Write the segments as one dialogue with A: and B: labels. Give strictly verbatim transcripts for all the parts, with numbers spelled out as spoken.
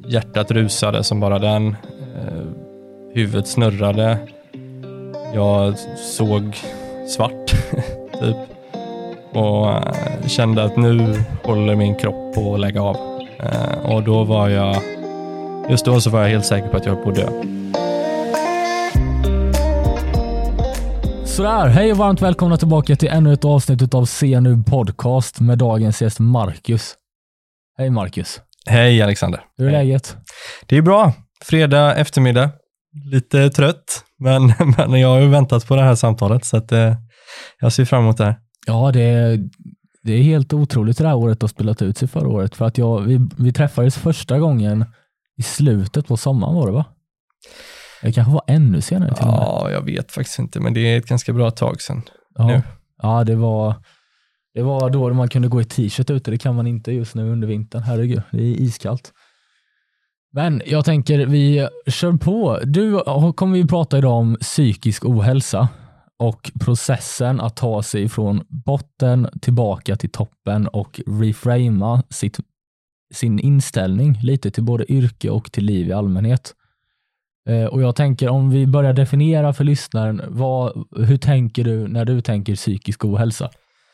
A: hjärtat rusade som bara den. Eh, huvudet snurrade. Jag såg svart typ. Och eh, kände att nu håller min kropp på att lägga av. Eh, och då var jag, just då så var jag helt säker på att jag höll på att dö.
B: Sådär, hej och varmt välkomna tillbaka till ännu ett avsnitt av Se Nu Podcast med dagens gäst Marcus. Hej Marcus.
A: Hej Alexander.
B: Hur är läget?
A: Det är bra. Fredag eftermiddag. Lite trött, men, men jag har ju väntat på det här samtalet så att eh, jag ser fram emot det här.
B: Ja, det är, det är helt otroligt det här året att spelat ut sig förra året. För att jag, vi, vi träffades första gången i slutet på sommaren var det va? Det kanske var ännu senare till och med.
A: Ja, jag vet faktiskt inte, men det är ett ganska bra tag sedan
B: ja.
A: nu.
B: Ja, det var, det var då man kunde gå i t-shirt ute. Det kan man inte just nu under vintern. Herregud, det är iskallt. Men jag tänker, vi kör på. Du kommer ju prata idag om psykisk ohälsa och processen att ta sig från botten tillbaka till toppen och reframa sitt, sin inställning lite till både yrke och till liv i allmänhet. Och jag tänker om vi börjar definiera för lyssnaren, vad, hur tänker du när du tänker psykisk ohälsa?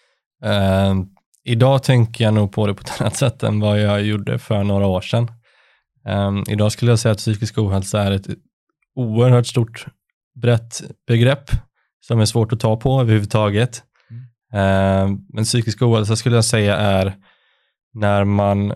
A: Uh, idag tänker jag nog på det på ett annat sätt än vad jag gjorde för några år sedan. Um, idag skulle jag säga att psykisk ohälsa är ett oerhört stort, brett begrepp som är svårt att ta på överhuvudtaget. Mm. Uh, men psykisk ohälsa skulle jag säga är när man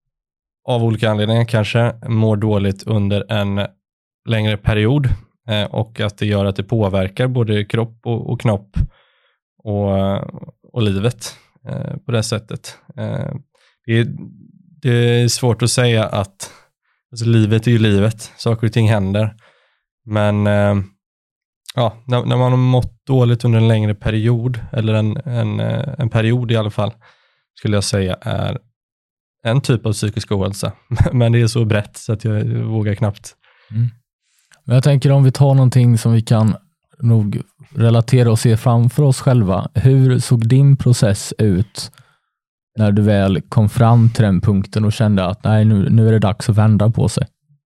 A: av olika anledningar kanske mår dåligt under en längre period eh, och att det gör att det påverkar både kropp och, och knopp och, och livet eh, på det sättet. Eh, det, är, det är svårt att säga att alltså, livet är ju livet, saker och ting händer. Men eh, ja, när, när man har mått dåligt under en längre period, eller en, en, en period i alla fall, skulle jag säga är en typ av psykisk ohälsa. Men det är så brett så att jag vågar knappt.
B: Mm. Men jag tänker om vi tar någonting som vi kan nog relatera och se framför oss själva. Hur såg din process ut när du väl kom fram till den punkten och kände att nej, nu, nu är det dags att vända på sig?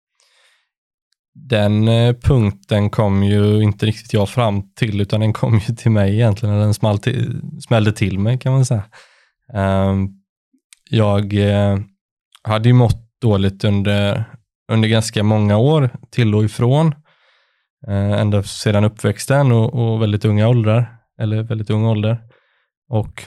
A: Den eh, punkten kom ju inte riktigt jag fram till, utan den kom ju till mig egentligen när den small till, smällde till mig kan man säga. Um, jag eh, hade ju mått dåligt under under ganska många år till och ifrån. Eh, ända sedan uppväxten och, och väldigt unga åldrar. Eller väldigt ung ålder. Och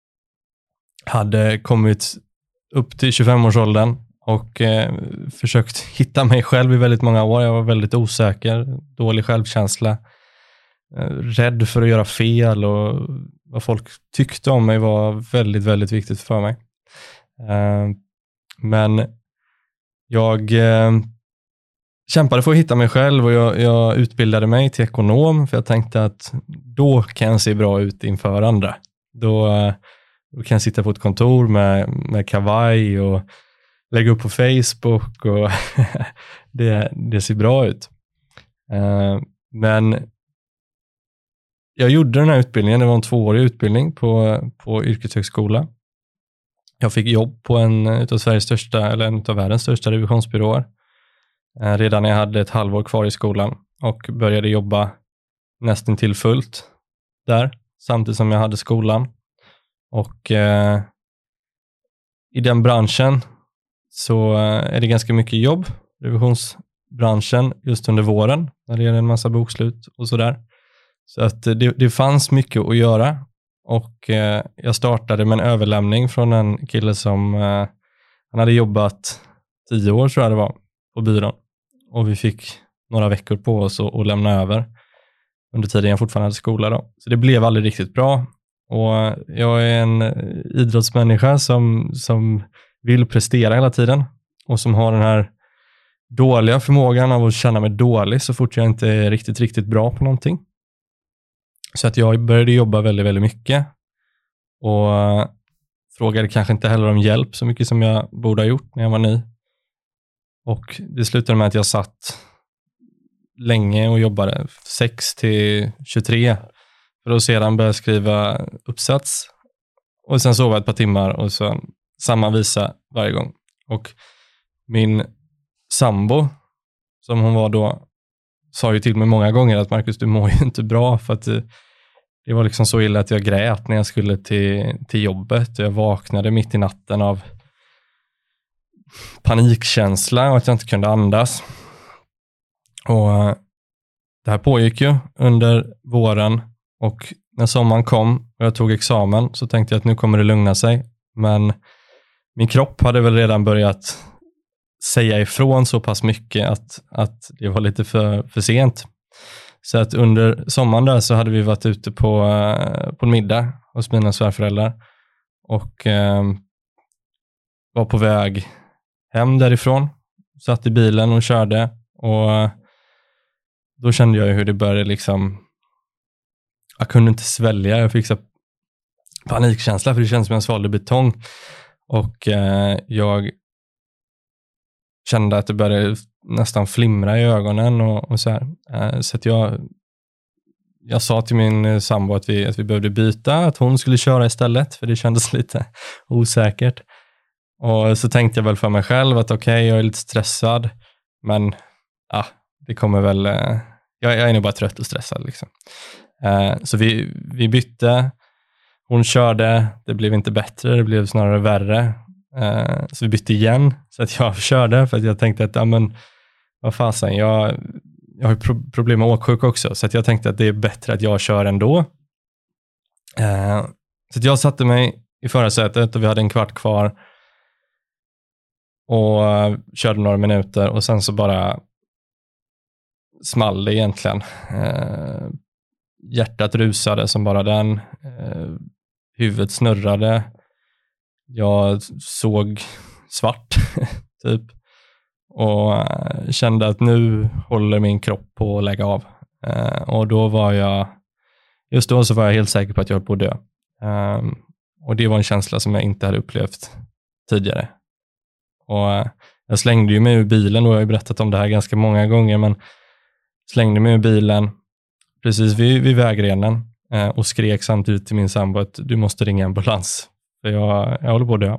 A: hade kommit upp till tjugofem-årsåldern och eh, försökt hitta mig själv i väldigt många år. Jag var väldigt osäker, dålig självkänsla. Eh, rädd för att göra fel och vad folk tyckte om mig var väldigt, väldigt viktigt för mig. Eh, men Jag eh, kämpade för att hitta mig själv och jag, jag utbildade mig till ekonom för jag tänkte att då kan jag se bra ut inför andra. Då, eh, då kan jag sitta på ett kontor med, med kavaj och lägga upp på Facebook och det, det ser bra ut. Eh, men jag gjorde den här utbildningen, det var en tvåårig utbildning på, på yrkeshögskola. Jag fick jobb på en utav Sveriges största, eller en utav världens största revisionsbyråer. Eh, redan när jag hade ett halvår kvar i skolan och började jobba nästan till fullt där, samtidigt som jag hade skolan. Och eh, i den branschen så är det ganska mycket jobb, revisionsbranschen, just under våren, när det är en massa bokslut och sådär. Så att det, det fanns mycket att göra. Och eh, jag startade med en överlämning från en kille som eh, han hade jobbat tio år tror jag det var på byrån. Och vi fick några veckor på oss att, att lämna över under tiden jag fortfarande hade skola då. Så det blev aldrig riktigt bra. Och jag är en idrottsmänniska som, som vill prestera hela tiden. Och som har den här dåliga förmågan av att känna mig dålig så fort jag inte är riktigt, riktigt bra på någonting. Så att jag började jobba väldigt, väldigt mycket. Och frågade kanske inte heller om hjälp så mycket som jag borde ha gjort när jag var ny. Och det slutade med att jag satt länge och jobbade sex till tjugotre. För att sedan börja skriva uppsats. Och sen sova ett par timmar och så samma visa varje gång. Och min sambo, som hon var då, sa ju till mig många gånger att Marcus, du mår ju inte bra, för att det, det var liksom så illa att jag grät när jag skulle till, till jobbet. Jag vaknade mitt i natten av panikkänsla och att jag inte kunde andas. Och det här pågick ju under våren, och när sommaren kom och jag tog examen så tänkte jag att nu kommer det lugna sig. Men min kropp hade väl redan börjat säga ifrån så pass mycket att, att det var lite för, för sent. Så att under sommaren där så hade vi varit ute på, på en middag hos mina svärföräldrar och eh, var på väg hem därifrån. Satt i bilen och körde, och då kände jag hur det började liksom, jag kunde inte svälja, jag fick så panikkänsla för det kändes som jag svalde betong, och eh, jag kände att det började nästan flimra i ögonen och, och så här. Eh, så att jag jag sa till min sambo att vi, att vi behövde byta, att hon skulle köra istället, för det kändes lite osäkert. Och så tänkte jag väl för mig själv att okej, okay, jag är lite stressad, men ah, det kommer väl, eh, jag, jag är nog bara trött och stressad liksom. Eh, så vi, vi bytte, hon körde, det blev inte bättre, det blev snarare värre. Eh, så vi bytte igen, så att jag körde, för att jag tänkte att ja, men, vad fasen, jag, jag har pro- problem med åksjuk också, så att jag tänkte att det är bättre att jag kör ändå. Eh, så att jag satte mig i förarsätet och vi hade en kvart kvar och uh, körde några minuter, och sen så bara small det egentligen. Eh, hjärtat rusade som bara den, eh, huvudet snurrade. Jag såg svart typ, och uh, kände att nu håller min kropp på att lägga av. Uh, och då var jag, just då så var jag helt säker på att jag höll på att dö. Um, och det var en känsla som jag inte hade upplevt tidigare. Och uh, jag slängde ju mig ur bilen, och jag har ju berättat om det här ganska många gånger, men slängde mig ur bilen precis vid, vid vägrenen uh, och skrek samtidigt till min sambo att du måste ringa ambulans. För jag, jag håller på att dö.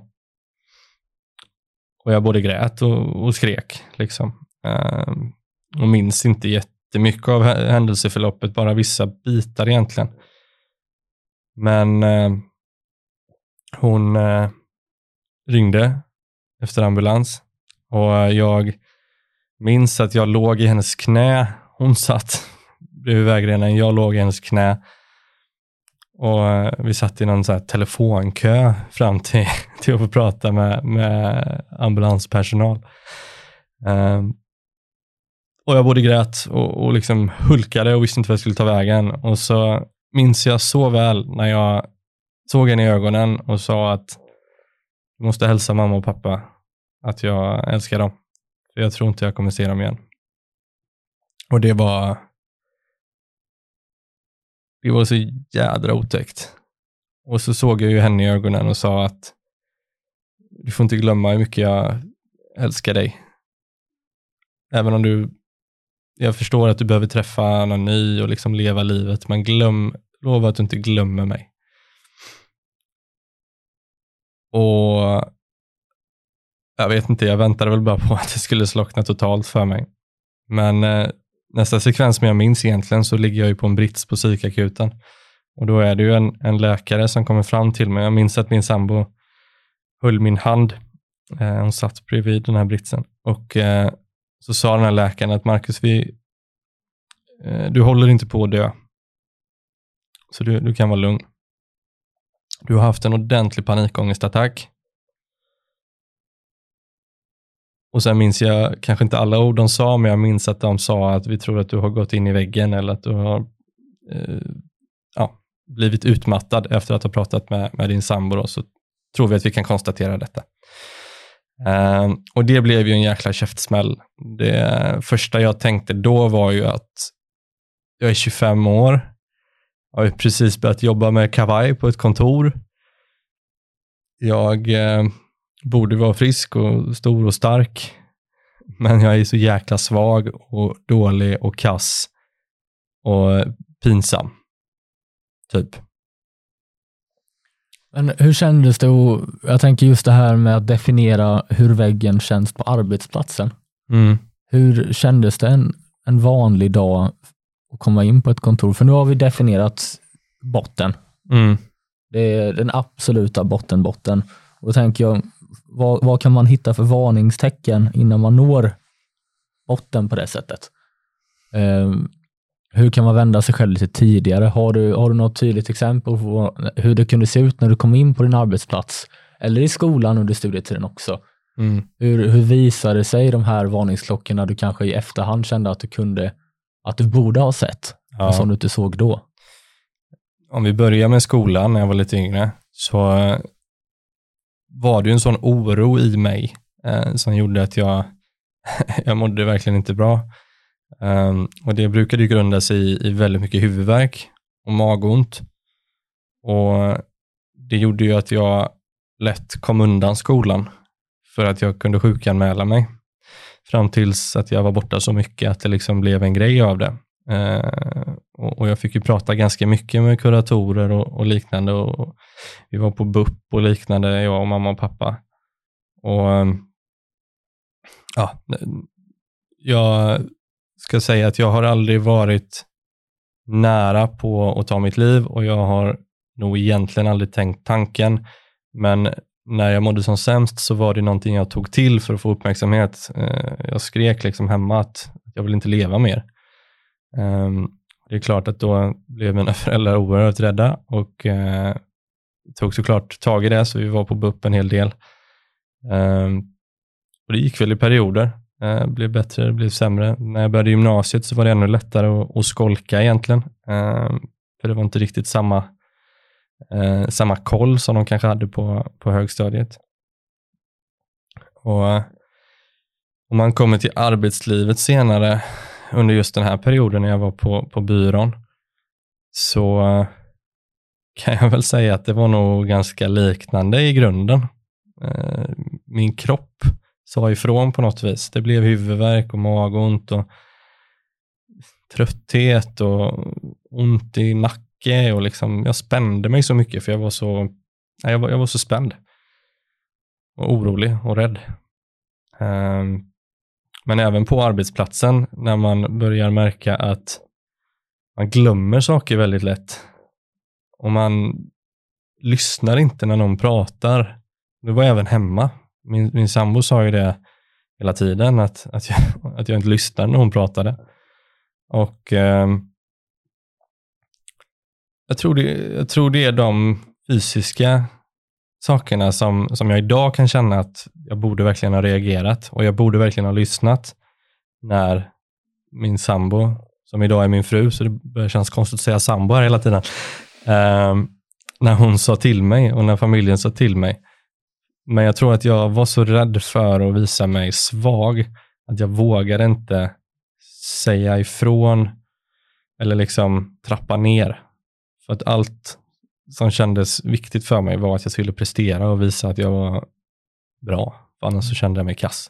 A: Och jag både grät och, och skrek. Liksom. Uh, och minns inte jättemycket av händelseförloppet. Bara vissa bitar egentligen. Men uh, hon uh, ringde efter ambulans. Och uh, jag minns att jag låg i hennes knä. Hon satt bredvid vägrenen. Jag låg i hennes knä. Och vi satt i någon så här telefonkö fram till, till att få prata med, med ambulanspersonal. Um, och jag både grät och, och liksom hulkade och visste inte vad jag skulle ta vägen. Och så minns jag så väl när jag såg henne i ögonen och sa att jag måste hälsa mamma och pappa att jag älskar dem. För jag tror inte jag kommer se dem igen. Och det var... Det var så jädra otäckt. Och så såg jag ju henne i ögonen och sa att du får inte glömma hur mycket jag älskar dig. Även om du, jag förstår att du behöver träffa någon ny och liksom leva livet, men glöm, lova att du inte glömmer mig. Och jag vet inte, jag väntade väl bara på att det skulle slockna totalt för mig. Men eh, nästa sekvens som jag minns egentligen, så ligger jag ju på en brits på psykakuten. Och då är det ju en, en läkare som kommer fram till mig. Jag minns att min sambo höll min hand. Eh, hon satt bredvid den här britsen. Och eh, så sa den här läkaren att Marcus, vi, eh, du håller inte på att dö. Så du, du kan vara lugn. Du har haft en ordentlig panikångestattack. Och sen minns jag kanske inte alla ord de sa, men jag minns att de sa att vi tror att du har gått in i väggen, eller att du har eh, ja, blivit utmattad efter att ha pratat med, med din sambo. Då, så tror vi att vi kan konstatera detta. Eh, och det blev ju en jäkla käftsmäll. Det första jag tänkte då var ju att jag är tjugofem år. Jag har precis börjat jobba med kavaj på ett kontor. Jag... Eh, borde vara frisk och stor och stark. Men jag är så jäkla svag och dålig och kass. Och pinsam. Typ.
B: Men hur kändes det? Och jag tänker just det här med att definiera hur väggen känns på arbetsplatsen.
A: Mm.
B: Hur kändes det en, en vanlig dag att komma in på ett kontor? För nu har vi definierat botten.
A: Mm.
B: Det är den absoluta botten, botten. Och då tänker jag, vad, vad kan man hitta för varningstecken innan man når botten på det sättet? Eh, hur kan man vända sig själv lite tidigare? Har du, har du något tydligt exempel på hur det kunde se ut när du kom in på din arbetsplats? Eller i skolan under studietiden också?
A: Mm.
B: Hur, hur visade sig de här varningsklockorna du kanske i efterhand kände att du kunde, att du borde ha sett,
A: Ja.
B: men som du inte såg då?
A: Om vi börjar med skolan när jag var lite yngre, så var det ju en sån oro i mig eh, som gjorde att jag, jag mådde verkligen inte bra. Um, och det brukade ju grunda sig i, i väldigt mycket huvudvärk och magont. Och det gjorde ju att jag lätt kom undan skolan för att jag kunde sjukanmäla mig. Fram tills att jag var borta så mycket att det liksom blev en grej av det. Uh, och, och jag fick ju prata ganska mycket med kuratorer och, och liknande. Och, och vi var på B U P och liknande, jag och mamma och pappa. Och um, ja, jag ska säga att jag har aldrig varit nära på att ta mitt liv, och jag har nog egentligen aldrig tänkt tanken. Men när jag mådde som sämst så var det någonting jag tog till för att få uppmärksamhet. Jag skrek liksom hemma att jag vill inte leva mer. Det är klart att då blev mina föräldrar oerhört rädda och tog såklart tag i det, så vi var på B U P en hel del. Och det gick väl i perioder. Det blev bättre, det blev sämre. När jag började gymnasiet så var det ännu lättare att, att skolka egentligen. För det var inte riktigt samma Eh, samma koll som de kanske hade på, på högstadiet. Och om man kommer till arbetslivet senare under just den här perioden när jag var på, på byrån, så kan jag väl säga att det var nog ganska liknande i grunden. Eh, min kropp sa ifrån på något vis. Det blev huvudvärk och magont och trötthet och ont i nacken. Och liksom, jag spände mig så mycket för jag var så, jag var, jag var så spänd och orolig och rädd. Um, men även på arbetsplatsen, när man börjar märka att man glömmer saker väldigt lätt och man lyssnar inte när någon pratar. Det var även hemma. Min, min sambo sa ju det hela tiden, att, att, jag, att jag inte lyssnade när hon pratade. Och um, Jag tror, det, jag tror det är de fysiska sakerna som, som jag idag kan känna att jag borde verkligen ha reagerat. Och jag borde verkligen ha lyssnat när min sambo, som idag är min fru, så det börjar kännas konstigt att säga sambo här hela tiden. Eh, när hon sa till mig och när familjen sa till mig. Men jag tror att jag var så rädd för att visa mig svag att jag vågade inte säga ifrån eller liksom trappa ner. För att allt som kändes viktigt för mig var att jag skulle prestera och visa att jag var bra. För annars så kände jag mig kass.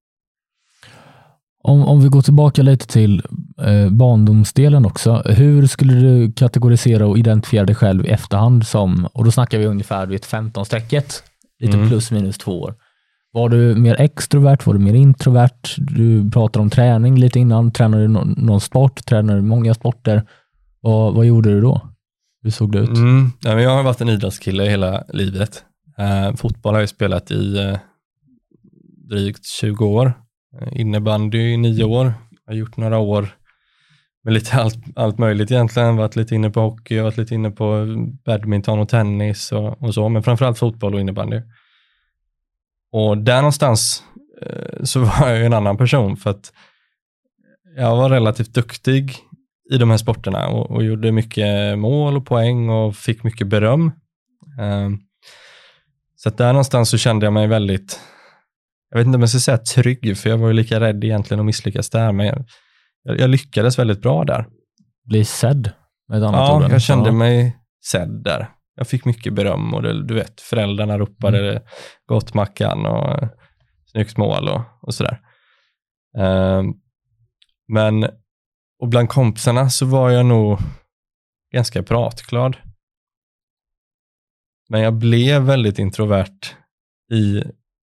B: Om, om vi går tillbaka lite till eh, barndomsdelen också. Hur skulle du kategorisera och identifiera dig själv i efterhand som, och då snackar vi ungefär vid ett femton-strecket, lite mm. plus minus två år. Var du mer extrovert? Var du mer introvert? Du pratade om träning lite innan. Tränade du någon, någon sport? Tränade du många sporter? Och, vad gjorde du då? Hur såg det ut?
A: Mm. Ja, men jag har varit en idrottskille hela livet. Eh, fotboll har jag spelat i eh, drygt tjugo år. Eh, innebandy i nio år. Jag har gjort några år med lite allt, allt möjligt egentligen. Varit lite inne på hockey, varit lite inne på badminton och tennis och, och så. Men framförallt fotboll och innebandy. Och där någonstans eh, så var jag ju en annan person. För att jag var relativt duktig i de här sporterna och, och gjorde mycket mål och poäng och fick mycket beröm. Um, så att där någonstans så kände jag mig väldigt, jag vet inte om jag ska säga trygg, för jag var ju lika rädd egentligen att misslyckas där, men jag, jag lyckades väldigt bra där.
B: Bli sedd med ett annat
A: ja,
B: ord.
A: Ja, jag kände mig sedd där. Jag fick mycket beröm och det, du vet, föräldrarna ropade mm. gott Mackan och snyggt mål och, och sådär. Um, men Och bland kompisarna så var jag nog ganska pratglad. Men jag blev väldigt introvert i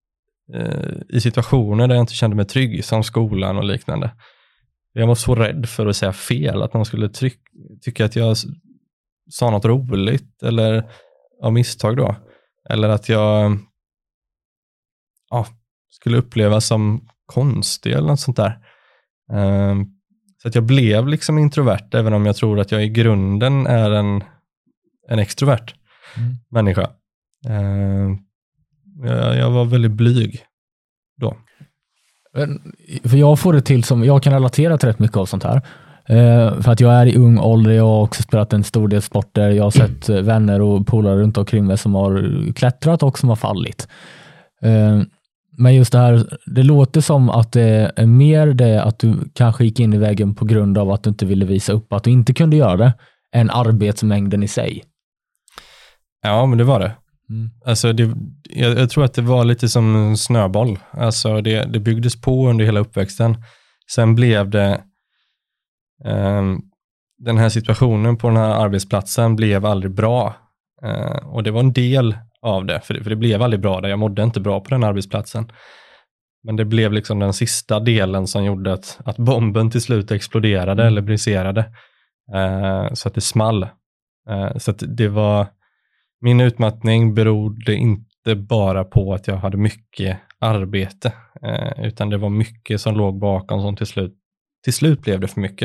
A: eh, i situationer där jag inte kände mig trygg, som skolan och liknande. Jag var så rädd för att säga fel, att någon skulle tryck, tycka att jag sa något roligt eller av misstag då. Eller att jag ja, skulle upplevas som konstig eller något sånt där. Um, så att jag blev liksom introvert, även om jag tror att jag i grunden är en, en extrovert mm. människa. Uh, jag, jag var väldigt blyg då.
B: För jag får det till som, jag kan relatera till rätt mycket av sånt här. Uh, för att jag är i ung ålder, jag har också spelat en stor del sporter, jag har sett mm. vänner och polare runt omkring mig som har klättrat och som har fallit. Uh, Men just det här, det låter som att det är mer det att du kanske gick in i vägen på grund av att du inte ville visa upp att du inte kunde göra det, än arbetsmängden i sig.
A: Ja, men det var det. Mm. Alltså det, jag, jag tror att det var lite som en snöboll. Alltså det, det byggdes på under hela uppväxten. Sen blev det eh, den här situationen på den här arbetsplatsen blev aldrig bra. Eh, och det var en del av det, för det, för det blev aldrig bra där. Jag mådde inte bra på den arbetsplatsen. Men det blev liksom den sista delen som gjorde att, att bomben till slut exploderade eller briserade. Eh, så att det small. Eh, så att det var, min utmattning berodde inte bara på att jag hade mycket arbete. Eh, utan det var mycket som låg bakom som till slut, till slut blev det för mycket.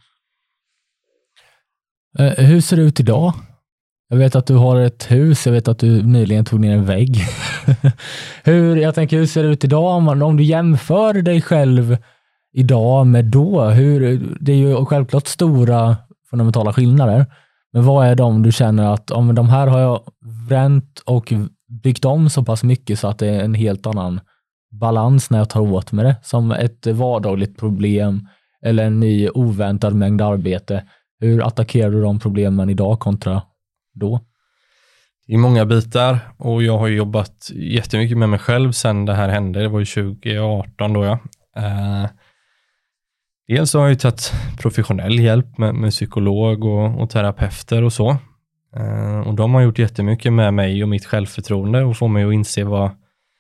B: Eh, hur ser det ut idag? Jag vet att du har ett hus, jag vet att du nyligen tog ner en vägg. hur, jag tänker, hur ser det ut idag om, man, om du jämför dig själv idag med då? Hur, det är ju självklart stora fundamentala skillnader. Men vad är de du känner att om de här har jag bränt och byggt om så pass mycket så att det är en helt annan balans när jag tar åt med det? Som ett vardagligt problem eller en ny oväntad mängd arbete. Hur attackerar du de problemen idag kontra då?
A: I många bitar, och jag har jobbat jättemycket med mig själv sedan det här hände. Det var ju tjugo arton då jag. Eh, dels har jag ju tagit professionell hjälp med, med psykolog och, och terapeuter och så. Eh, och de har gjort jättemycket med mig och mitt självförtroende och får mig att inse vad,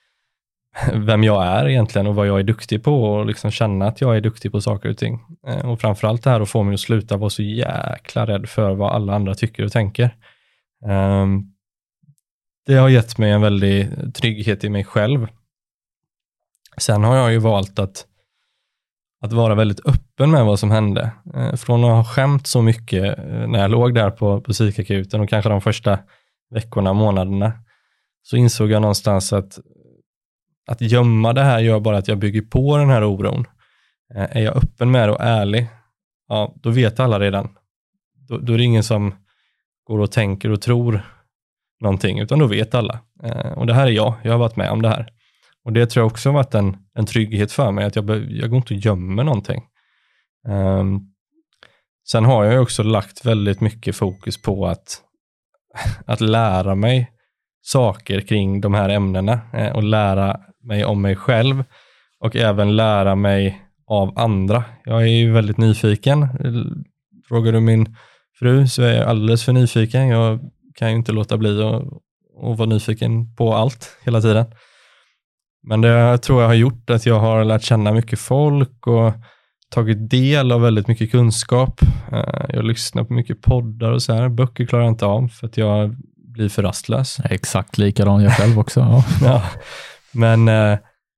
A: vem jag är egentligen och vad jag är duktig på och liksom känna att jag är duktig på saker och ting. Eh, och framförallt det här att få mig att sluta vara så jäkla rädd för vad alla andra tycker och tänker. Um, det har gett mig en väldig trygghet i mig själv. Sen har jag ju valt att att vara väldigt öppen med vad som hände. Uh, från att ha skämt så mycket uh, när jag låg där på, på psykakuten och kanske de första veckorna, månaderna, så insåg jag någonstans att att gömma det här gör bara att jag bygger på den här oron. Uh, är jag öppen med och ärlig, ja, då vet alla redan. Då, då är det ingen som går och tänker och tror någonting, utan då vet alla. Eh, och det här är jag, jag har varit med om det här. Och det tror jag också har varit en, en trygghet för mig, att jag, jag går inte och gömmer någonting. Eh, sen har jag också lagt väldigt mycket fokus på att, att lära mig saker kring de här ämnena eh, och lära mig om mig själv och även lära mig av andra. Jag är ju väldigt nyfiken. Frågar du min fru så är jag alldeles för nyfiken. Jag kan ju inte låta bli att, att vara nyfiken på allt hela tiden. Men det tror jag har gjort att jag har lärt känna mycket folk och tagit del av väldigt mycket kunskap. Jag lyssnar på mycket poddar och så här. Böcker klarar jag inte av för att jag blir för rastlös.
B: Exakt likadan jag själv också. Ja.
A: Ja. Men eh,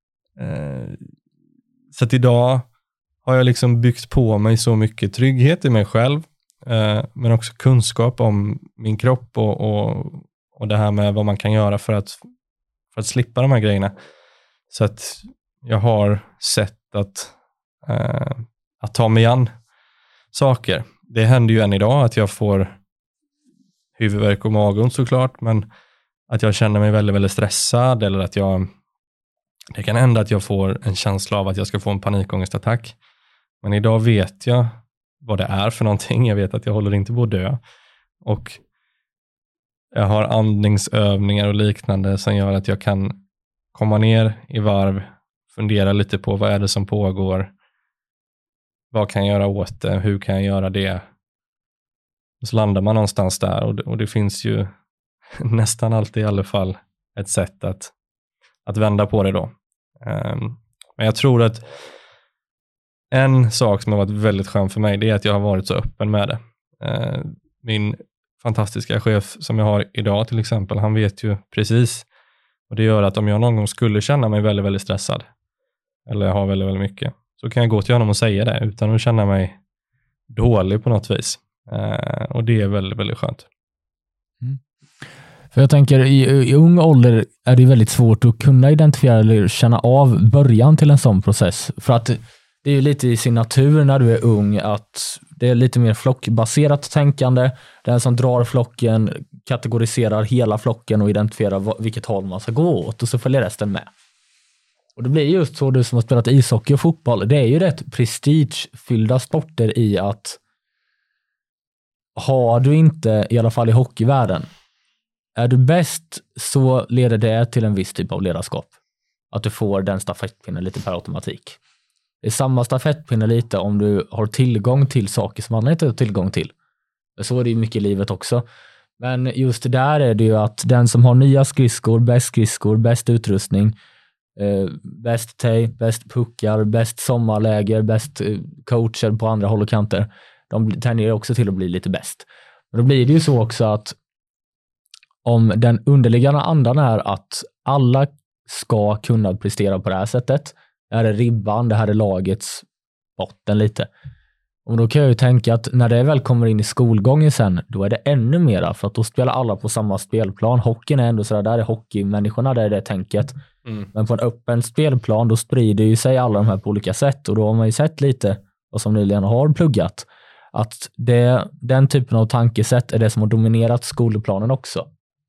A: eh, så att idag har jag liksom byggt på mig så mycket trygghet i mig själv. Men också kunskap om min kropp och, och, och det här med vad man kan göra för att, för att slippa de här grejerna. Så att jag har sett att, eh, att ta mig an saker. Det händer ju än idag att jag får huvudvärk och magont såklart, men att jag känner mig väldigt, väldigt stressad eller att jag, det kan hända att jag får en känsla av att jag ska få en panikångestattack. Men idag vet jag vad det är för någonting. Jag vet att jag håller inte på att dö. Och jag har andningsövningar och liknande som gör att jag kan komma ner i varv, fundera lite på vad är det som pågår. Vad kan jag göra åt det? Hur kan jag göra det? Och så landar man någonstans där. Och det, och det finns ju nästan alltid i alla fall ett sätt att, att vända på det då. Um, men jag tror att en sak som har varit väldigt skön för mig, det är att jag har varit så öppen med det. Uh, min fantastiska chef som jag har idag till exempel, han vet ju precis. Och det gör att om jag någon gång skulle känna mig väldigt, väldigt stressad eller har väldigt, väldigt mycket, så kan jag gå till honom och säga det utan att känna mig dålig på något vis. Uh, och det är väldigt, väldigt skönt.
B: Mm. För jag tänker, i, i ung ålder är det väldigt svårt att kunna identifiera eller känna av början till en sån process. För att det är ju lite i sin natur när du är ung att det är lite mer flockbaserat tänkande. Den som drar flocken kategoriserar hela flocken och identifierar vilket håll man ska gå åt och så följer resten med. Och det blir just så, du som har spelat ishockey och fotboll, det är ju rätt prestigefyllda sporter i att har du inte, i alla fall i hockeyvärlden, är du bäst så leder det till en viss typ av ledarskap. Att du får den stafettpinnen lite per automatik. Det är samma stafettpinne lite om du har tillgång till saker som andra inte har tillgång till. Så är det ju mycket i livet också. Men just där är det ju att den som har nya skridskor, bäst skridskor, bäst utrustning, eh, bäst tejp, bäst puckar, bäst sommarläger, bäst eh, coacher på andra håll och kanter, de tenderar också till att bli lite bäst. Men då blir det ju så också att om den underliggande andan är att alla ska kunna prestera på det här sättet, det här är ribban, det här är lagets botten lite. Och då kan jag ju tänka att när det väl kommer in i skolgången sen, då är det ännu mera, för att då spelar alla på samma spelplan. Hockeyn är ändå sådär, där är hockeymänniskorna, där är det tänket. Mm. Men på en öppen spelplan, då sprider ju sig alla de här på olika sätt. Och då har man ju sett lite, och som nyligen har pluggat, att det, den typen av tankesätt är det som har dominerat skolplanen också.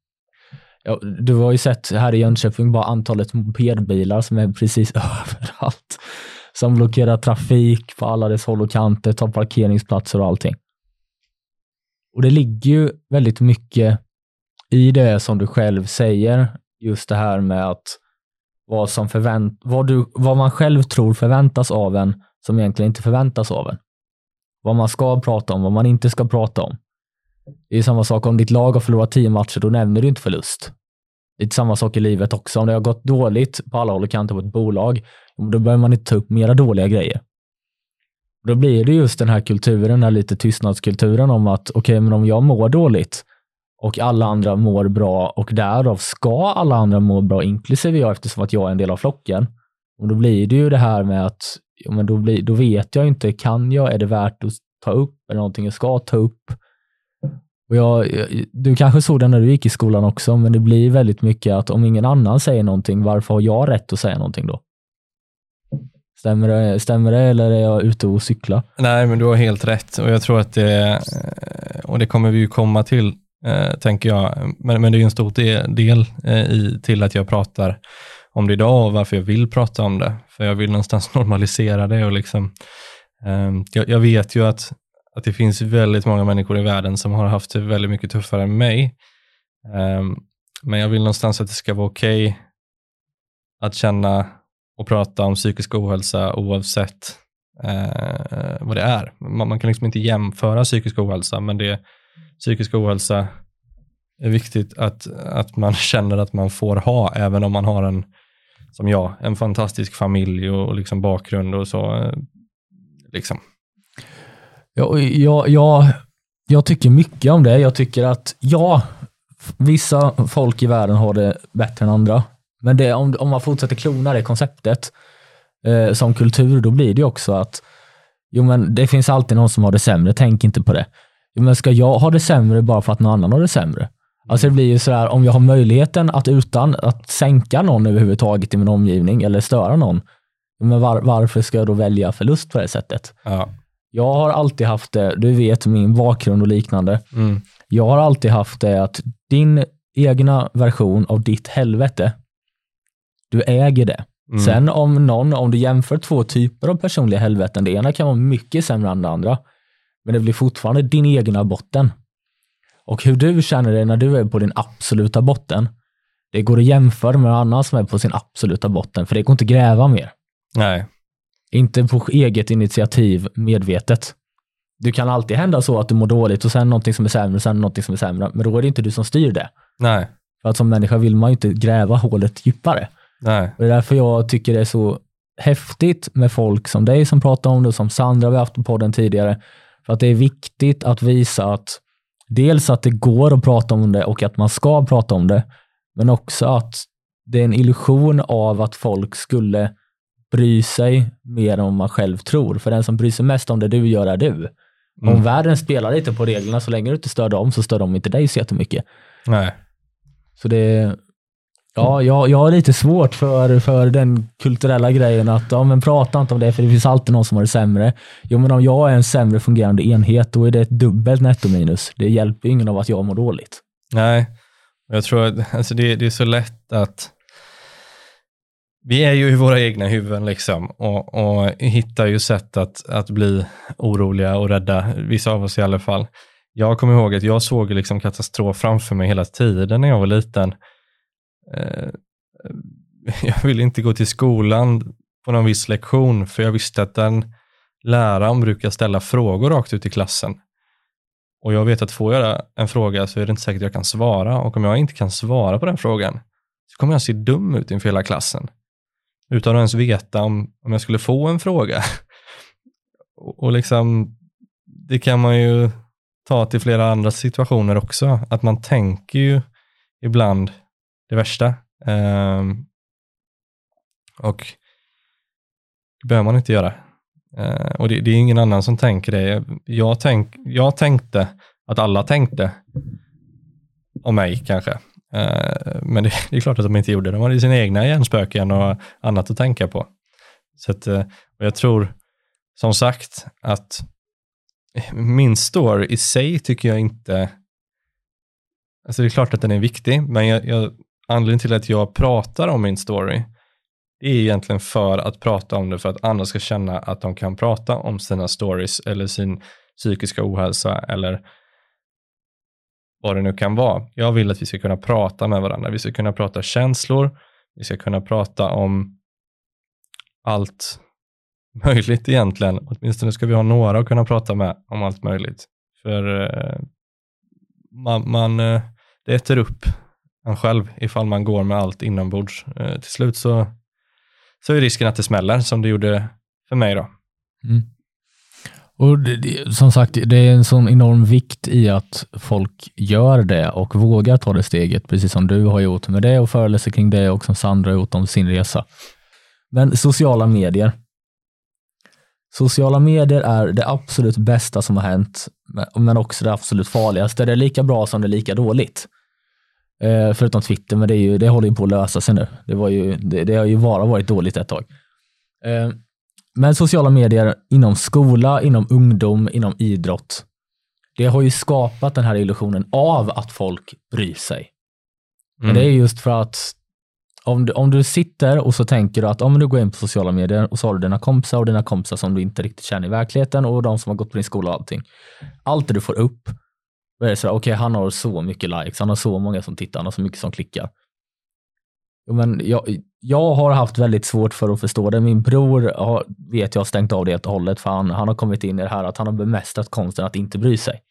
B: Ja, du har ju sett här i Jönköping bara antalet mopedbilar som är precis överallt. Som blockerar trafik på alla dess håll och kanter, tar parkeringsplatser och allting. Och det ligger ju väldigt mycket i det som du själv säger. Just det här med att vad, som förvänt, vad, du, vad man själv tror förväntas av en som egentligen inte förväntas av en. Vad man ska prata om, vad man inte ska prata om. Det är samma sak om ditt lag har förlorat tio matcher, då nämner du inte förlust. Det är samma sak i livet också. Om det har gått dåligt på alla håll och kanter på ett bolag, då börjar man inte ta upp mera dåliga grejer. Då blir det just den här kulturen, den här lite tystnadskulturen om att okej, okay, men om jag mår dåligt och alla andra mår bra och därav ska alla andra må bra, inklusive jag, eftersom att jag är en del av flocken. Och då blir det ju det här med att ja, men då, blir, då vet jag inte, kan jag, är det värt att ta upp, är det någonting jag ska ta upp? Och jag, du kanske såg det när du gick i skolan också, men det blir väldigt mycket att om ingen annan säger någonting, varför har jag rätt att säga någonting då? Stämmer det, stämmer det eller är jag ute och cykla?
A: Nej, men du har helt rätt och jag tror att det, och det kommer vi ju komma till, eh, tänker jag, men, men det är ju en stor del eh, i, till att jag pratar om det idag och varför jag vill prata om det, för jag vill någonstans normalisera det och liksom, eh, jag, jag vet ju att att det finns väldigt många människor i världen som har haft det väldigt mycket tuffare än mig. Um, men jag vill någonstans att det ska vara okej okay att känna och prata om psykisk ohälsa oavsett uh, vad det är. Man, man kan liksom inte jämföra psykisk ohälsa, men det psykisk ohälsa är viktigt att, att man känner att man får ha, även om man har en, som jag, en fantastisk familj och, och liksom bakgrund och så. Uh, liksom.
B: Ja, jag, jag, jag tycker mycket om det. Jag tycker att ja, vissa folk i världen har det bättre än andra. Men det, om, om man fortsätter klona det konceptet eh, som kultur, då blir det också att jo, men det finns alltid någon som har det sämre. Tänk inte på det. Jo, men ska jag ha det sämre bara för att någon annan har det sämre? Alltså det blir ju sådär, om jag har möjligheten att utan att sänka någon överhuvudtaget i min omgivning eller störa någon, men var, varför ska jag då välja förlust på det sättet?
A: Ja.
B: Jag har alltid haft det, du vet min bakgrund och liknande. Mm. Jag har alltid haft det att din egna version av ditt helvete, du äger det. Mm. Sen om någon, om du jämför två typer av personliga helveten, det ena kan vara mycket sämre än det andra, men det blir fortfarande din egna botten. Och hur du känner dig när du är på din absoluta botten, det går att jämföra med annan som är på sin absoluta botten, för det går inte att gräva mer.
A: Nej.
B: Inte på eget initiativ medvetet. Du kan alltid hända så att du mår dåligt och sen någonting som är sämre och sen någonting som är sämre. Men då är det inte du som styr det.
A: Nej.
B: För att som människa vill man ju inte gräva hålet djupare.
A: Nej.
B: Och det är därför jag tycker det är så häftigt med folk som dig som pratar om det, som Sandra vi haft på podden tidigare. För att det är viktigt att visa att dels att det går att prata om det och att man ska prata om det, men också att det är en illusion av att folk skulle bry sig mer än man själv tror. För den som bryr sig mest om det du gör är du. Mm. Om världen spelar lite på reglerna, så länge du inte stör dem så stör de inte dig så jättemycket.
A: Nej.
B: Så det ja, jag, jag har lite svårt för, för den kulturella grejen att ja, men prata inte om det, för det finns alltid någon som har det sämre. Jo, men om jag är en sämre fungerande enhet, då är det ett dubbelt nettominus. Det hjälper ingen av att jag mår dåligt.
A: Nej, jag tror att alltså det, det är så lätt att vi är ju i våra egna huvuden liksom och, och hittar ju sätt att, att bli oroliga och rädda, vissa av oss i alla fall. Jag kommer ihåg att jag såg liksom katastrof framför mig hela tiden när jag var liten. Eh, jag ville inte gå till skolan på någon viss lektion, för jag visste att den läraren brukar ställa frågor rakt ut i klassen. Och jag vet att får jag en fråga så är det inte säkert att jag kan svara. Och om jag inte kan svara på den frågan så kommer jag se dum ut inför hela klassen. Utan att ens veta om, om jag skulle få en fråga. och, och liksom, det kan man ju ta till flera andra situationer också. Att man tänker ju ibland det värsta. Um, och det behöver man inte göra. Uh, och det, det är ingen annan som tänker det. Jag, tänk, jag tänkte att alla tänkte om mig kanske. Uh, men det, det är klart att de inte gjorde. De hade sina egna hjärnspöken och annat att tänka på. Så att, uh, och jag tror som sagt att min story i sig tycker jag inte, alltså det är klart att den är viktig, men jag, jag, anledningen till att jag pratar om min story, det är egentligen för att prata om det, för att andra ska känna att de kan prata om sina stories eller sin psykiska ohälsa eller vad det nu kan vara. Jag vill att vi ska kunna prata med varandra, vi ska kunna prata känslor, vi ska kunna prata om allt möjligt egentligen. Åtminstone ska vi ha några att kunna prata med om allt möjligt. För eh, man, man eh, det äter upp en själv ifall man går med allt inombords. Eh, till slut så, så är risken att det smäller, som det gjorde för mig då.
B: Mm. Och det, det, som sagt, det är en sån enorm vikt i att folk gör det och vågar ta det steget, precis som du har gjort med det och föreläser kring det och som Sandra har gjort om sin resa. Men sociala medier. Sociala medier är det absolut bästa som har hänt, men också det absolut farligaste. Det är lika bra som det är lika dåligt. Eh, förutom Twitter, men det, är ju, det håller ju på att lösa sig nu. Det, var ju, det, det har ju bara varit dåligt ett tag. Eh, men sociala medier inom skola, inom ungdom, inom idrott, det har ju skapat den här illusionen av att folk bryr sig. Mm. Men det är just för att Om du, om du sitter och så tänker du att om du går in på sociala medier och så har du dina kompisar och dina kompisar som du inte riktigt känner i verkligheten och de som har gått på din skola och allting. Allt det du får upp, då är det sådär, okej, okay, han har så mycket likes, han har så många som tittar, han har så mycket som klickar. Jo, men jag, jag har haft väldigt svårt för att förstå det. Min bror har, vet jag har stängt av det helt och hållet, för han, han har kommit in i det här att han har bemästrat konsten att inte bry sig.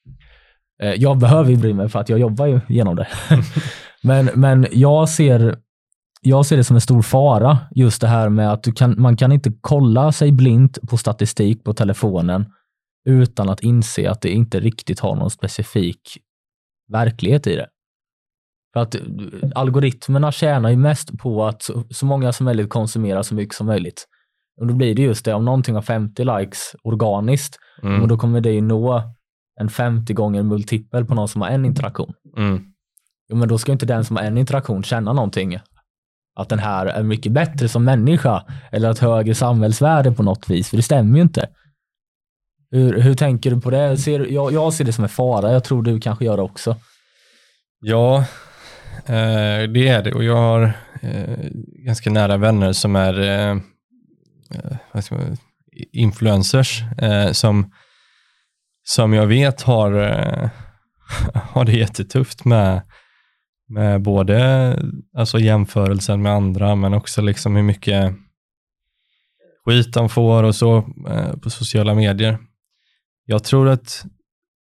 B: Jag behöver ju bry mig för att jag jobbar ju genom det. men, men jag ser Jag ser det som en stor fara, just det här med att du kan, man kan inte kolla sig blint på statistik på telefonen utan att inse att det inte riktigt har någon specifik verklighet i det. För att algoritmerna tjänar ju mest på att så, så många som möjligt konsumerar så mycket som möjligt. Och då blir det just det, om någonting har femtio likes organiskt, mm. och då kommer det ju nå en femtio gånger multipel på någon som har en interaktion. Mm. Jo, men då ska inte den som har en interaktion känna någonting. Att den här är mycket bättre som människa eller att högre samhällsvärde på något vis, för det stämmer ju inte. Hur, hur tänker du på det? Ser, jag, jag ser det som en fara, jag tror du kanske gör det också.
A: Ja, eh, det är det, och jag har eh, ganska nära vänner som är eh, vad ska man, influencers eh, som, som jag vet har, eh, har det jättetufft med med både alltså jämförelsen med andra, men också liksom hur mycket skit de får och så eh, på sociala medier. Jag tror att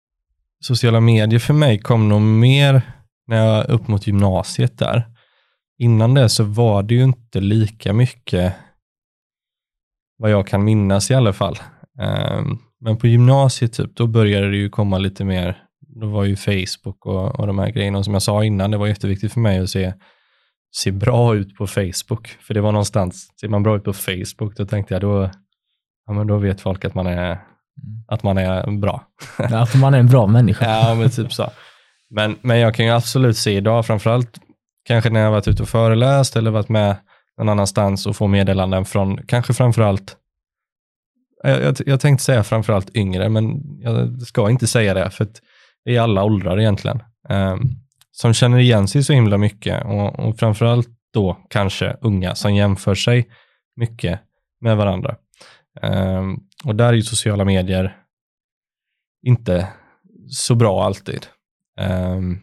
A: sociala medier för mig kom nog mer när jag upp mot gymnasiet där. innan det så var det ju inte lika mycket, vad jag kan minnas i alla fall. Um, men på gymnasiet typ, då började det ju komma lite mer, då var ju Facebook och, och de här grejerna. Och som jag sa innan, det var jätteviktigt för mig att se, se bra ut på Facebook. För det var någonstans, ser man bra ut på Facebook, då tänkte jag då, ja, men då vet folk att man är, att man är bra.
B: Ja, att man är en bra människa.
A: Ja, men typ så. Men, men jag kan ju absolut se idag, framförallt kanske när jag varit ute och föreläst eller varit med någon annanstans och få meddelanden från, kanske framförallt, jag, jag, jag tänkte säga framförallt yngre, men jag ska inte säga det, för att det är alla åldrar egentligen. Um, som känner igen sig så himla mycket, och, och framförallt då kanske unga som jämför sig mycket med varandra. Um, och där är ju sociala medier inte så bra alltid. Um,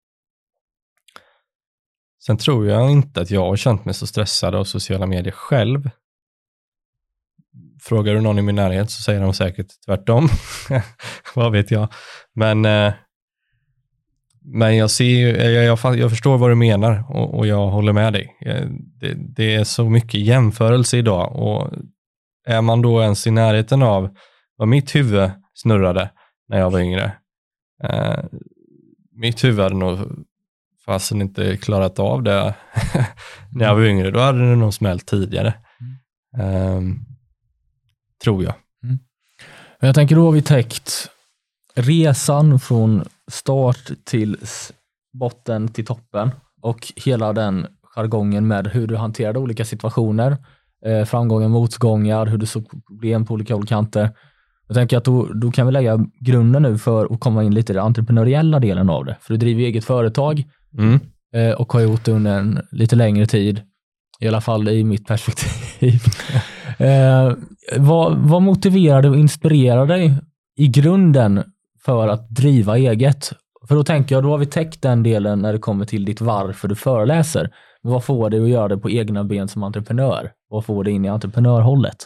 A: sen tror jag inte att jag har känt mig så stressad av sociala medier själv. Frågar du någon i min närhet så säger de säkert tvärtom. Vad vet jag. Men, uh, men jag, ser, jag, jag, jag förstår vad du menar, och, och jag håller med dig. Det, det är så mycket jämförelse idag, och är man då ens i närheten av vad mitt huvud snurrade när jag var yngre. Uh, mitt huvud hade nog fasen inte klarat av det när jag var yngre. Då hade det nog smält tidigare. Um, tror jag.
B: Mm. Jag tänker då har vi täckt resan från start till botten till toppen, och hela den jargongen med hur du hanterade olika situationer, eh, framgångar, motgångar, hur du såg problem på olika håll och kanter. Jag tänker att då, då kan vi lägga grunden nu för att komma in lite i den entreprenöriella delen av det. För du driver eget företag
A: mm.
B: eh, och har gjort det under en lite längre tid. I alla fall i mitt perspektiv. eh, vad, vad motiverade och inspirerade dig i grunden för att driva eget? För då tänker jag, då har vi täckt den delen när det kommer till ditt varför du föreläser. Men vad får dig att göra det på egna ben som entreprenör? Vad får dig in i entreprenörhållet?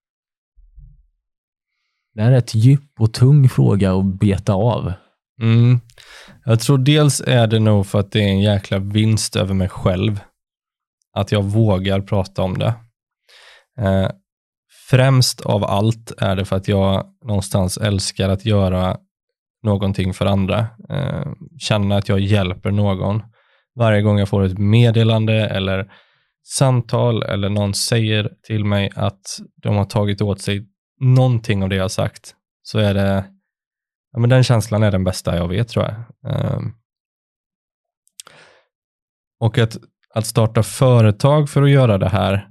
B: Det är en rätt djup och tung fråga att beta av.
A: Mm. Jag tror dels är det nog för att det är en jäkla vinst över mig själv. Att jag vågar prata om det. Eh, främst av allt är det för att jag någonstans älskar att göra någonting för andra. Eh, känna att jag hjälper någon. Varje gång jag får ett meddelande eller samtal eller någon säger till mig att de har tagit åt sig någonting av det jag har sagt, så är det, ja, men den känslan är den bästa jag vet, tror jag. Um, och att, att starta företag för att göra det här,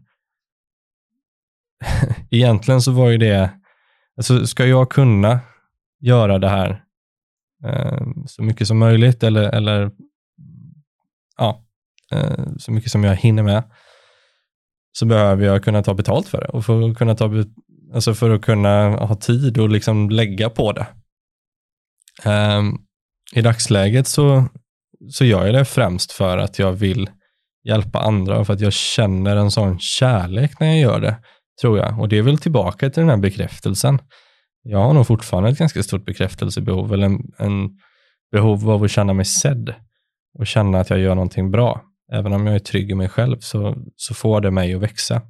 A: egentligen så var ju det, alltså ska jag kunna göra det här um, så mycket som möjligt, eller, eller ja, uh, så mycket som jag hinner med, så behöver jag kunna ta betalt för det, och för att kunna ta betalt, alltså för att kunna ha tid och liksom lägga på det. Um, I dagsläget så, så gör jag det främst för att jag vill hjälpa andra, och för att jag känner en sån kärlek när jag gör det, tror jag. Och det är väl tillbaka till den här bekräftelsen. Jag har nog fortfarande ett ganska stort bekräftelsebehov, eller en, en behov av att känna mig sedd och känna att jag gör någonting bra. Även om jag är trygg i mig själv, så, så får det mig att växa.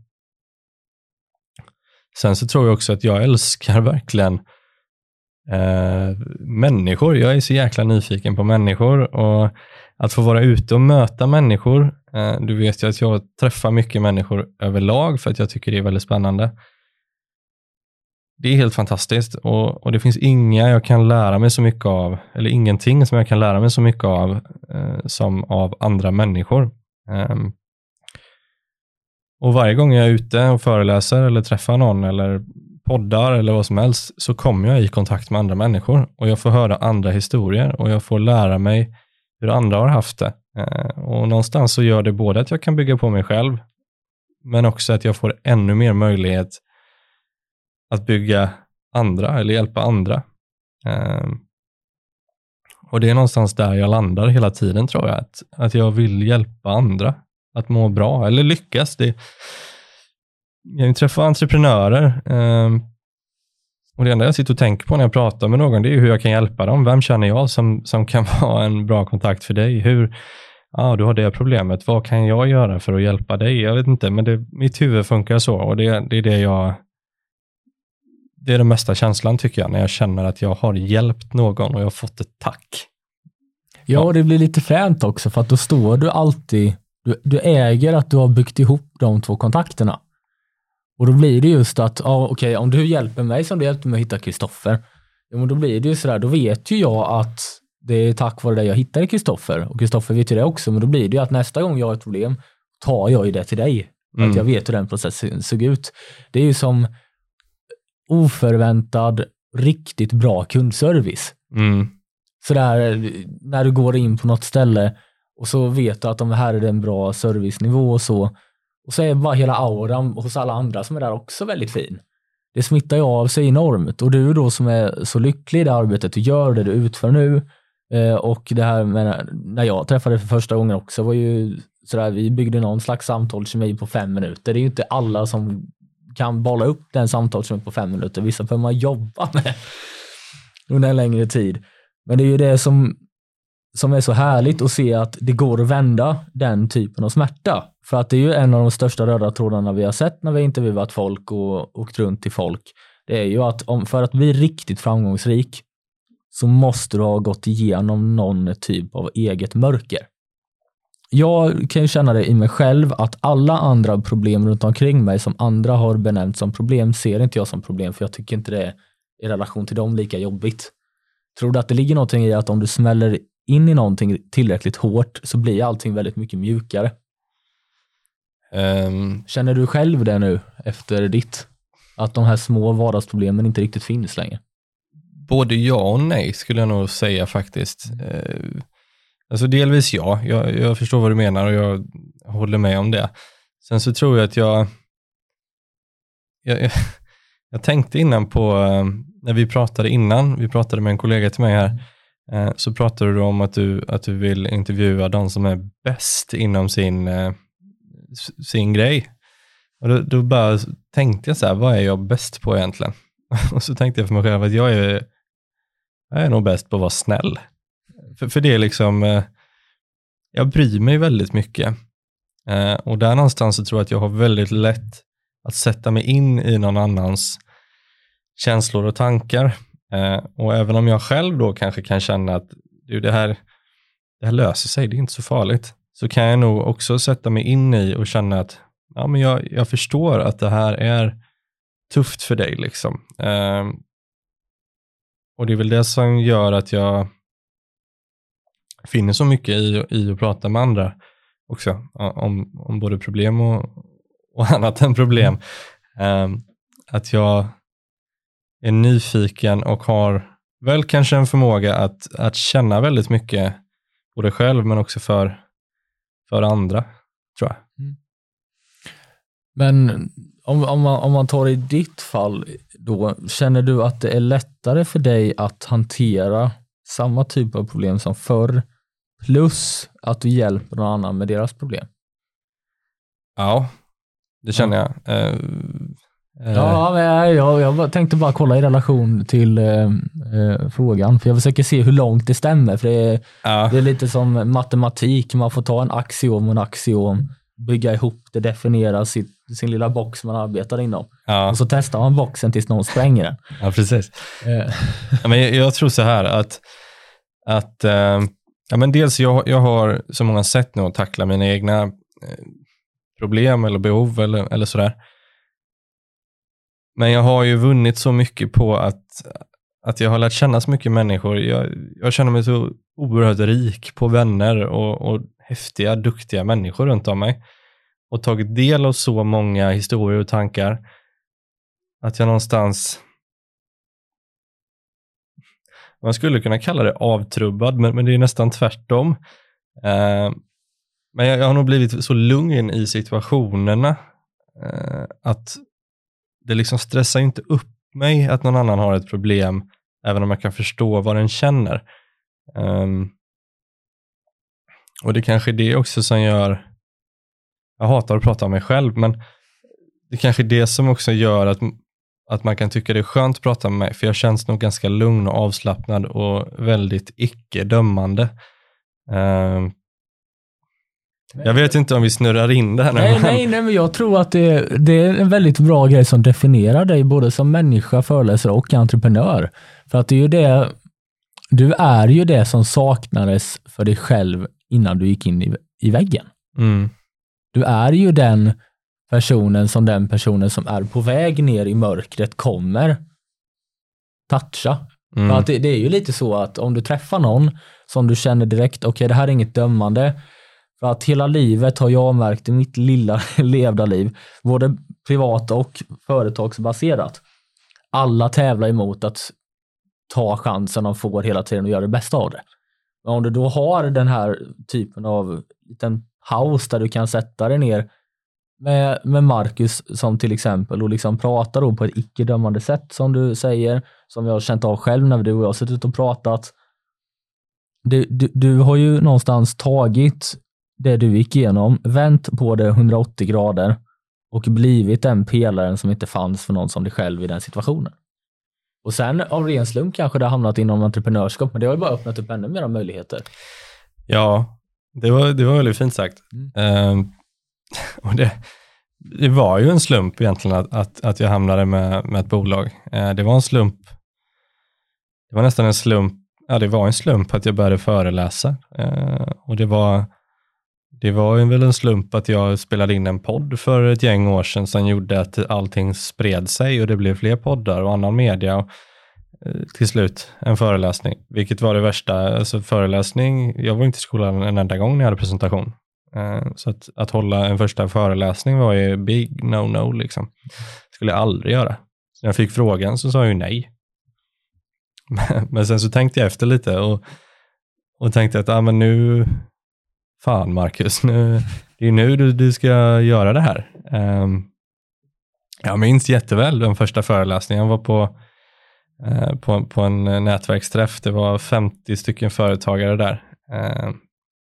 A: Sen så tror jag också att jag älskar verkligen eh, människor. Jag är så jäkla nyfiken på människor, och att få vara ute och möta människor. Eh, du vet ju att jag träffar mycket människor överlag för att jag tycker det är väldigt spännande. Det är helt fantastiskt, och, och det finns inga jag kan lära mig så mycket av, eller ingenting som jag kan lära mig så mycket av eh, som av andra människor. Eh, Och varje gång jag är ute och föreläser eller träffar någon eller poddar eller vad som helst, så kommer jag i kontakt med andra människor, och jag får höra andra historier, och jag får lära mig hur andra har haft det. Och någonstans så gör det både att jag kan bygga på mig själv, men också att jag får ännu mer möjlighet att bygga andra eller hjälpa andra. Och det är någonstans där jag landar hela tiden, tror jag, att, att jag vill hjälpa andra att må bra eller lyckas. Det, jag träffar entreprenörer, eh, och det enda jag sitter och tänker på när jag pratar med någon, det är hur jag kan hjälpa dem. Vem känner jag som, som kan vara en bra kontakt för dig? Hur, ah, du har det problemet, vad kan jag göra för att hjälpa dig? Jag vet inte, men det, mitt huvud funkar så och det, det är det jag det är den mesta känslan tycker jag, när jag känner att jag har hjälpt någon och jag har fått ett tack.
B: Ja, och det blir lite fränt också, för att då står du alltid, du, du äger att du har byggt ihop de två kontakterna. Och då blir det just att, ja, okej, om du hjälper mig som du hjälpte mig att hitta Kristoffer, ja, men då blir det ju sådär, då vet ju jag att det är tack vare det jag hittade Kristoffer, och Kristoffer vet ju det också, men då blir det ju att nästa gång jag har ett problem tar jag ju det till dig. Mm. Att jag vet hur den processen såg ut. Det är ju som oförväntad, riktigt bra kundservice.
A: Mm.
B: Sådär, när du går in på något ställe och så vet du att de här är en bra servicenivå och så. Och så är bara hela auran hos alla andra som är där också väldigt fin. Det smittar ju av sig enormt. Och du då som är så lycklig i det arbetet, du gör det du utför nu. Eh, och det här med, när jag träffade för första gången också var ju sådär, vi byggde någon slags samtalskemi på fem minuter. Det är ju inte alla som kan bolla upp den samtalskemi på fem minuter. Vissa behöver man jobba med under en längre tid. Men det är ju det som, som är så härligt att se att det går att vända den typen av smärta. För att det är ju en av de största röda trådarna vi har sett när vi intervjuat folk och åkt runt till folk. Det är ju att om, för att bli riktigt framgångsrik så måste du ha gått igenom någon typ av eget mörker. Jag kan ju känna det i mig själv att alla andra problem runt omkring mig som andra har benämnt som problem ser inte jag som problem, för jag tycker inte det är i relation till dem lika jobbigt. Tror du att det ligger någonting i att om du smäller in i någonting tillräckligt hårt så blir allting väldigt mycket mjukare?
A: Um,
B: Känner du själv det nu efter ditt? Att de här små vardagsproblemen inte riktigt finns längre?
A: Både ja och nej skulle jag nog säga faktiskt. Uh, alltså delvis ja. Jag, jag förstår vad du menar och jag håller med om det. Sen så tror jag att jag jag, jag, jag tänkte innan på uh, när vi pratade innan, vi pratade med en kollega till mig här, uh, så pratade du om att du, att du vill intervjua de som är bäst inom sin uh, sin grej. Och då, då bara tänkte jag så här, vad är jag bäst på egentligen? Och så tänkte jag för mig själv att jag är, jag är nog bäst på att vara snäll. För, för det är liksom, eh, jag bryr mig väldigt mycket. Eh, och där någonstans så tror jag att jag har väldigt lätt att sätta mig in i någon annans känslor och tankar. Eh, och även om jag själv då kanske kan känna att du, det, här, det här löser sig, det är inte så farligt. Så kan jag nog också sätta mig in i och känna att ja, men jag, jag förstår att det här är tufft för dig. Liksom. Eh, och det är väl det som gör att jag finner så mycket i, i att prata med andra också. Om, om både problem och, och annat än problem. Eh, att jag är nyfiken och har väl kanske en förmåga att, att känna väldigt mycket både själv men också för för andra, tror jag.
B: Mm. Men om, om, man, om man tar i ditt fall då, känner du att det är lättare för dig att hantera samma typ av problem som förr, plus att du hjälper någon annan med deras problem?
A: Ja, det känner jag. Uh, uh.
B: Ja, men jag, jag tänkte bara kolla i relation till uh, uh, frågan, för jag försöker se hur långt det stämmer, för det är,
A: ja.
B: det är lite som matematik, man får ta en axiom och en axiom, bygga ihop det, definiera sitt, sin lilla box man arbetar inom.
A: Ja.
B: Och så testar man boxen tills någon spränger den.
A: Ja, precis.
B: Uh.
A: ja, men jag, jag tror så här att, att uh, ja, men dels jag, jag har så många sätt nu att tackla mina egna uh, problem eller behov eller, eller sådär. Men jag har ju vunnit så mycket på att, att jag har lärt känna så mycket människor. Jag, jag känner mig så oerhört rik på vänner och, och häftiga, duktiga människor runt om mig. Och tagit del av så många historier och tankar att jag någonstans, man skulle kunna kalla det avtrubbad, men, men det är nästan tvärtom. Uh, men jag, jag har nog blivit så lugn i situationerna uh, att det liksom stressar inte upp mig att någon annan har ett problem, även om jag kan förstå vad den känner. Um, och det kanske är det också som gör, jag hatar att prata om mig själv, men det kanske är det som också gör att, att man kan tycka det är skönt att prata med mig, för jag känns nog ganska lugn och avslappnad och väldigt icke-dömande. Um, Jag vet inte om vi snurrar in det här nu.
B: Nej, nej, nej, men jag tror att det, det är en väldigt bra grej som definierar dig både som människa, föreläsare och entreprenör. För att det är ju det, du är ju det som saknades för dig själv innan du gick in i, i väggen.
A: Mm.
B: Du är ju den personen som den personen som är på väg ner i mörkret kommer toucha.
A: Mm.
B: För att det, det är ju lite så att om du träffar någon som du känner direkt, okej okay, det här är inget dömande. För att hela livet har jag märkt i mitt lilla levda liv, både privat och företagsbaserat. Alla tävlar emot att ta chansen de får hela tiden och göra det bästa av det. Men om du då har den här typen av liten house där du kan sätta dig ner med, med Marcus som till exempel och liksom prata då på ett icke-dömande sätt som du säger, som jag har känt av själv när du och jag har suttit och pratat. Du, du, du har ju någonstans tagit det du gick igenom, vänt på det hundraåttio grader och blivit den pelaren som inte fanns för någon som dig själv i den situationen. Och sen av ren slump kanske det har hamnat inom entreprenörskap, men det har ju bara öppnat upp ännu mer möjligheter.
A: Ja, det var, det var väldigt fint sagt. Mm. Um, och det, det var ju en slump egentligen att, att, att jag hamnade med, med ett bolag. Uh, det var en slump. Det var nästan en slump. Ja, det var en slump att jag började föreläsa. Uh, och det var Det var ju väl en slump att jag spelade in en podd för ett gäng år sedan som gjorde att allting spred sig och det blev fler poddar och annan media och till slut en föreläsning. Vilket var det värsta, alltså föreläsning, jag var inte i skolan en enda gång när jag hade presentation. Så att, att hålla en första föreläsning var ju big no-no liksom. Det skulle jag aldrig göra. Så när jag fick frågan så sa jag ju nej. Men sen så tänkte jag efter lite och, och tänkte att ah, men nu... Fan Marcus, nu, det är nu du, du ska göra det här. Um, jag minns jätteväl den första föreläsningen. Jag var på, uh, på, på en nätverksträff. Det var femtio stycken företagare där. Um,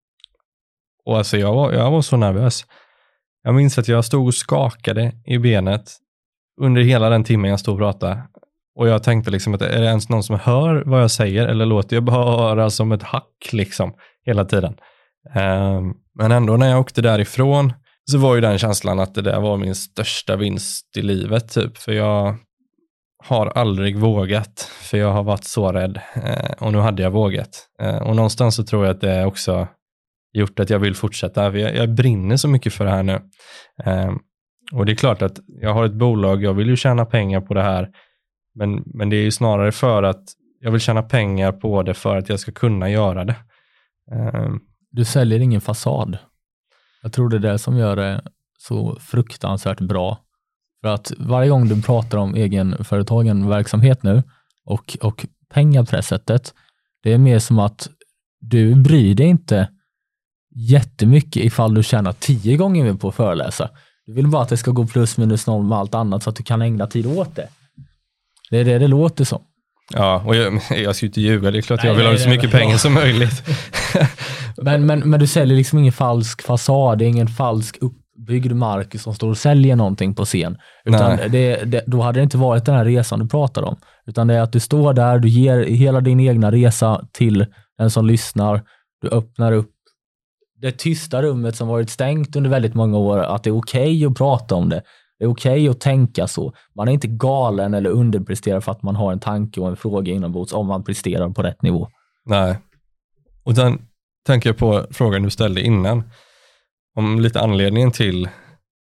A: och alltså jag var, jag var så nervös. Jag minns att jag stod och skakade i benet under hela den timmen jag stod och pratade. Och jag tänkte liksom att är det ens någon som hör vad jag säger eller låter jag bara som ett hack liksom hela tiden. Um, men ändå när jag åkte därifrån så var ju den känslan att det där var min största vinst i livet typ, för jag har aldrig vågat, för jag har varit så rädd uh, och nu hade jag vågat uh, och någonstans så tror jag att det också gjort att jag vill fortsätta, för jag, jag brinner så mycket för det här nu. Um, och det är klart att jag har ett bolag, jag vill ju tjäna pengar på det här, men, men det är ju snarare för att jag vill tjäna pengar på det för att jag ska kunna göra det. Um,
B: Du säljer ingen fasad. Jag tror det är det som gör det så fruktansvärt bra. För att varje gång du pratar om egenföretagen verksamhet nu och, och pengar på det sättet, det är mer som att du bryr dig inte jättemycket ifall du tjänar tio gånger mer på att föreläsa. Du vill bara att det ska gå plus minus noll med allt annat så att du kan ägna tid åt det. Det är det det låter som.
A: Ja, och jag, jag ska ju inte ljuga. Det är klart
B: nej,
A: jag vill
B: nej,
A: ha så mycket pengar som möjligt.
B: men, men, men du säljer liksom ingen falsk fasad. Det är ingen falsk uppbyggd mark som står och säljer någonting på scen. Utan det, det, då hade det inte varit den här resan du pratar om. Utan det är att du står där, du ger hela din egna resa till den som lyssnar. Du öppnar upp det tysta rummet som varit stängt under väldigt många år. Att det är okej okay att prata om det. Det är okej okay att tänka så. Man är inte galen eller underpresterar för att man har en tanke och en fråga inombords om man presterar på rätt nivå.
A: Nej. Och sen tänker jag på frågan du ställde innan. Om lite anledningen till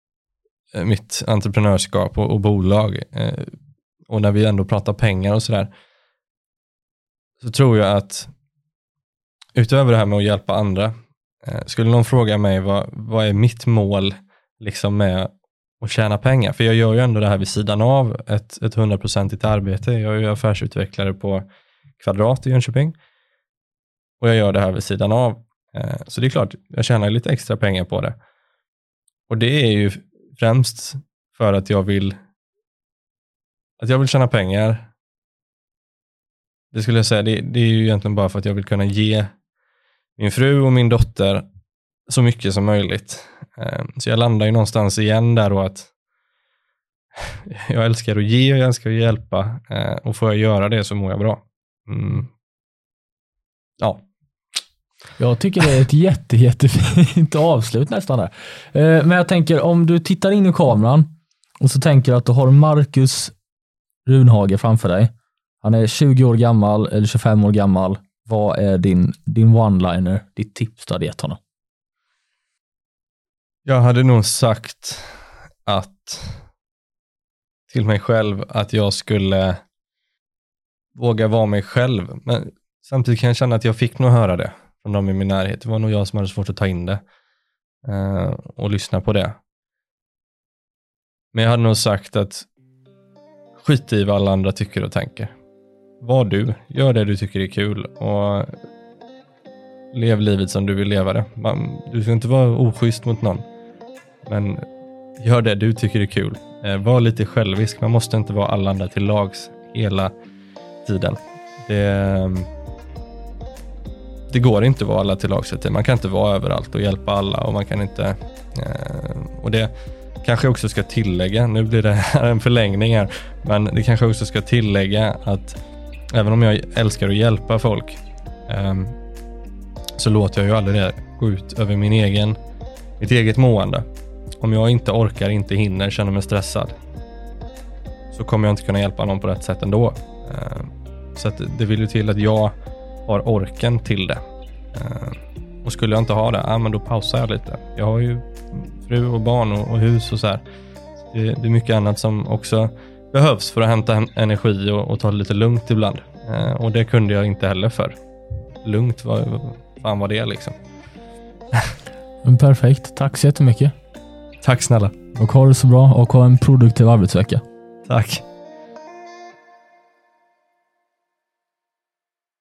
A: mitt entreprenörskap och, och bolag. Eh, och när vi ändå pratar pengar och sådär. Så tror jag att utöver det här med att hjälpa andra. Eh, skulle någon fråga mig vad, vad är mitt mål liksom med och tjäna pengar. För jag gör ju ändå det här vid sidan av ett, ett hundraprocentigt arbete. Jag är ju affärsutvecklare på Kvadrat i Jönköping. Och jag gör det här vid sidan av. Eh, så det är klart, jag tjänar lite extra pengar på det. Och det är ju främst för att jag vill att jag vill tjäna pengar. Det skulle jag säga, det, det är ju egentligen bara för att jag vill kunna ge min fru och min dotter så mycket som möjligt. Så jag landar ju någonstans igen där och att jag älskar att ge och jag älskar att hjälpa. Och får jag göra det så mår jag bra. Mm. Ja.
B: Jag tycker det är ett jätte, jättefint avslut nästan där. Men jag tänker, om du tittar in i kameran och så tänker att du har Marcus Runhage framför dig. Han är tjugo år gammal eller tjugofem år gammal. Vad är din, din one-liner, ditt tips du hade gett honom?
A: Jag hade nog sagt att till mig själv att jag skulle våga vara mig själv. Men samtidigt kan jag känna att jag fick nog höra det från dem i min närhet. Det var nog jag som hade svårt att ta in det uh, och lyssna på det. Men jag hade nog sagt att skit i vad alla andra tycker och tänker. Var du, gör det du tycker är kul och lev livet som du vill leva det. Man, du ska inte vara oschysst mot någon, men gör det du tycker är kul. Eh, var lite självisk, man måste inte vara alla andra till lags hela tiden. Det, det går inte att vara alla till lags. Man kan inte vara överallt och hjälpa alla och man kan inte eh, och det kanske också ska tillägga, nu blir det här en förlängning här, men det kanske också ska tillägga att även om jag älskar att hjälpa folk um, så låter jag ju aldrig det gå ut över min egen, mitt eget mående. Om jag inte orkar, inte hinner, känner mig stressad, så kommer jag inte kunna hjälpa någon på rätt sätt ändå. Um, så att det vill ju till att jag har orken till det. Um, och skulle jag inte ha det, ja, men då pausar jag lite. Jag har ju fru och barn och, och hus och så här. Det, det är mycket annat som också behövs för att hämta energi och, och ta det lite lugnt ibland. Eh, och det kunde jag inte heller för. Lugnt, vad fan var det liksom?
B: Perfekt, tack så jättemycket.
A: Tack snälla.
B: Och ha det så bra och ha en produktiv arbetsvecka.
A: Tack.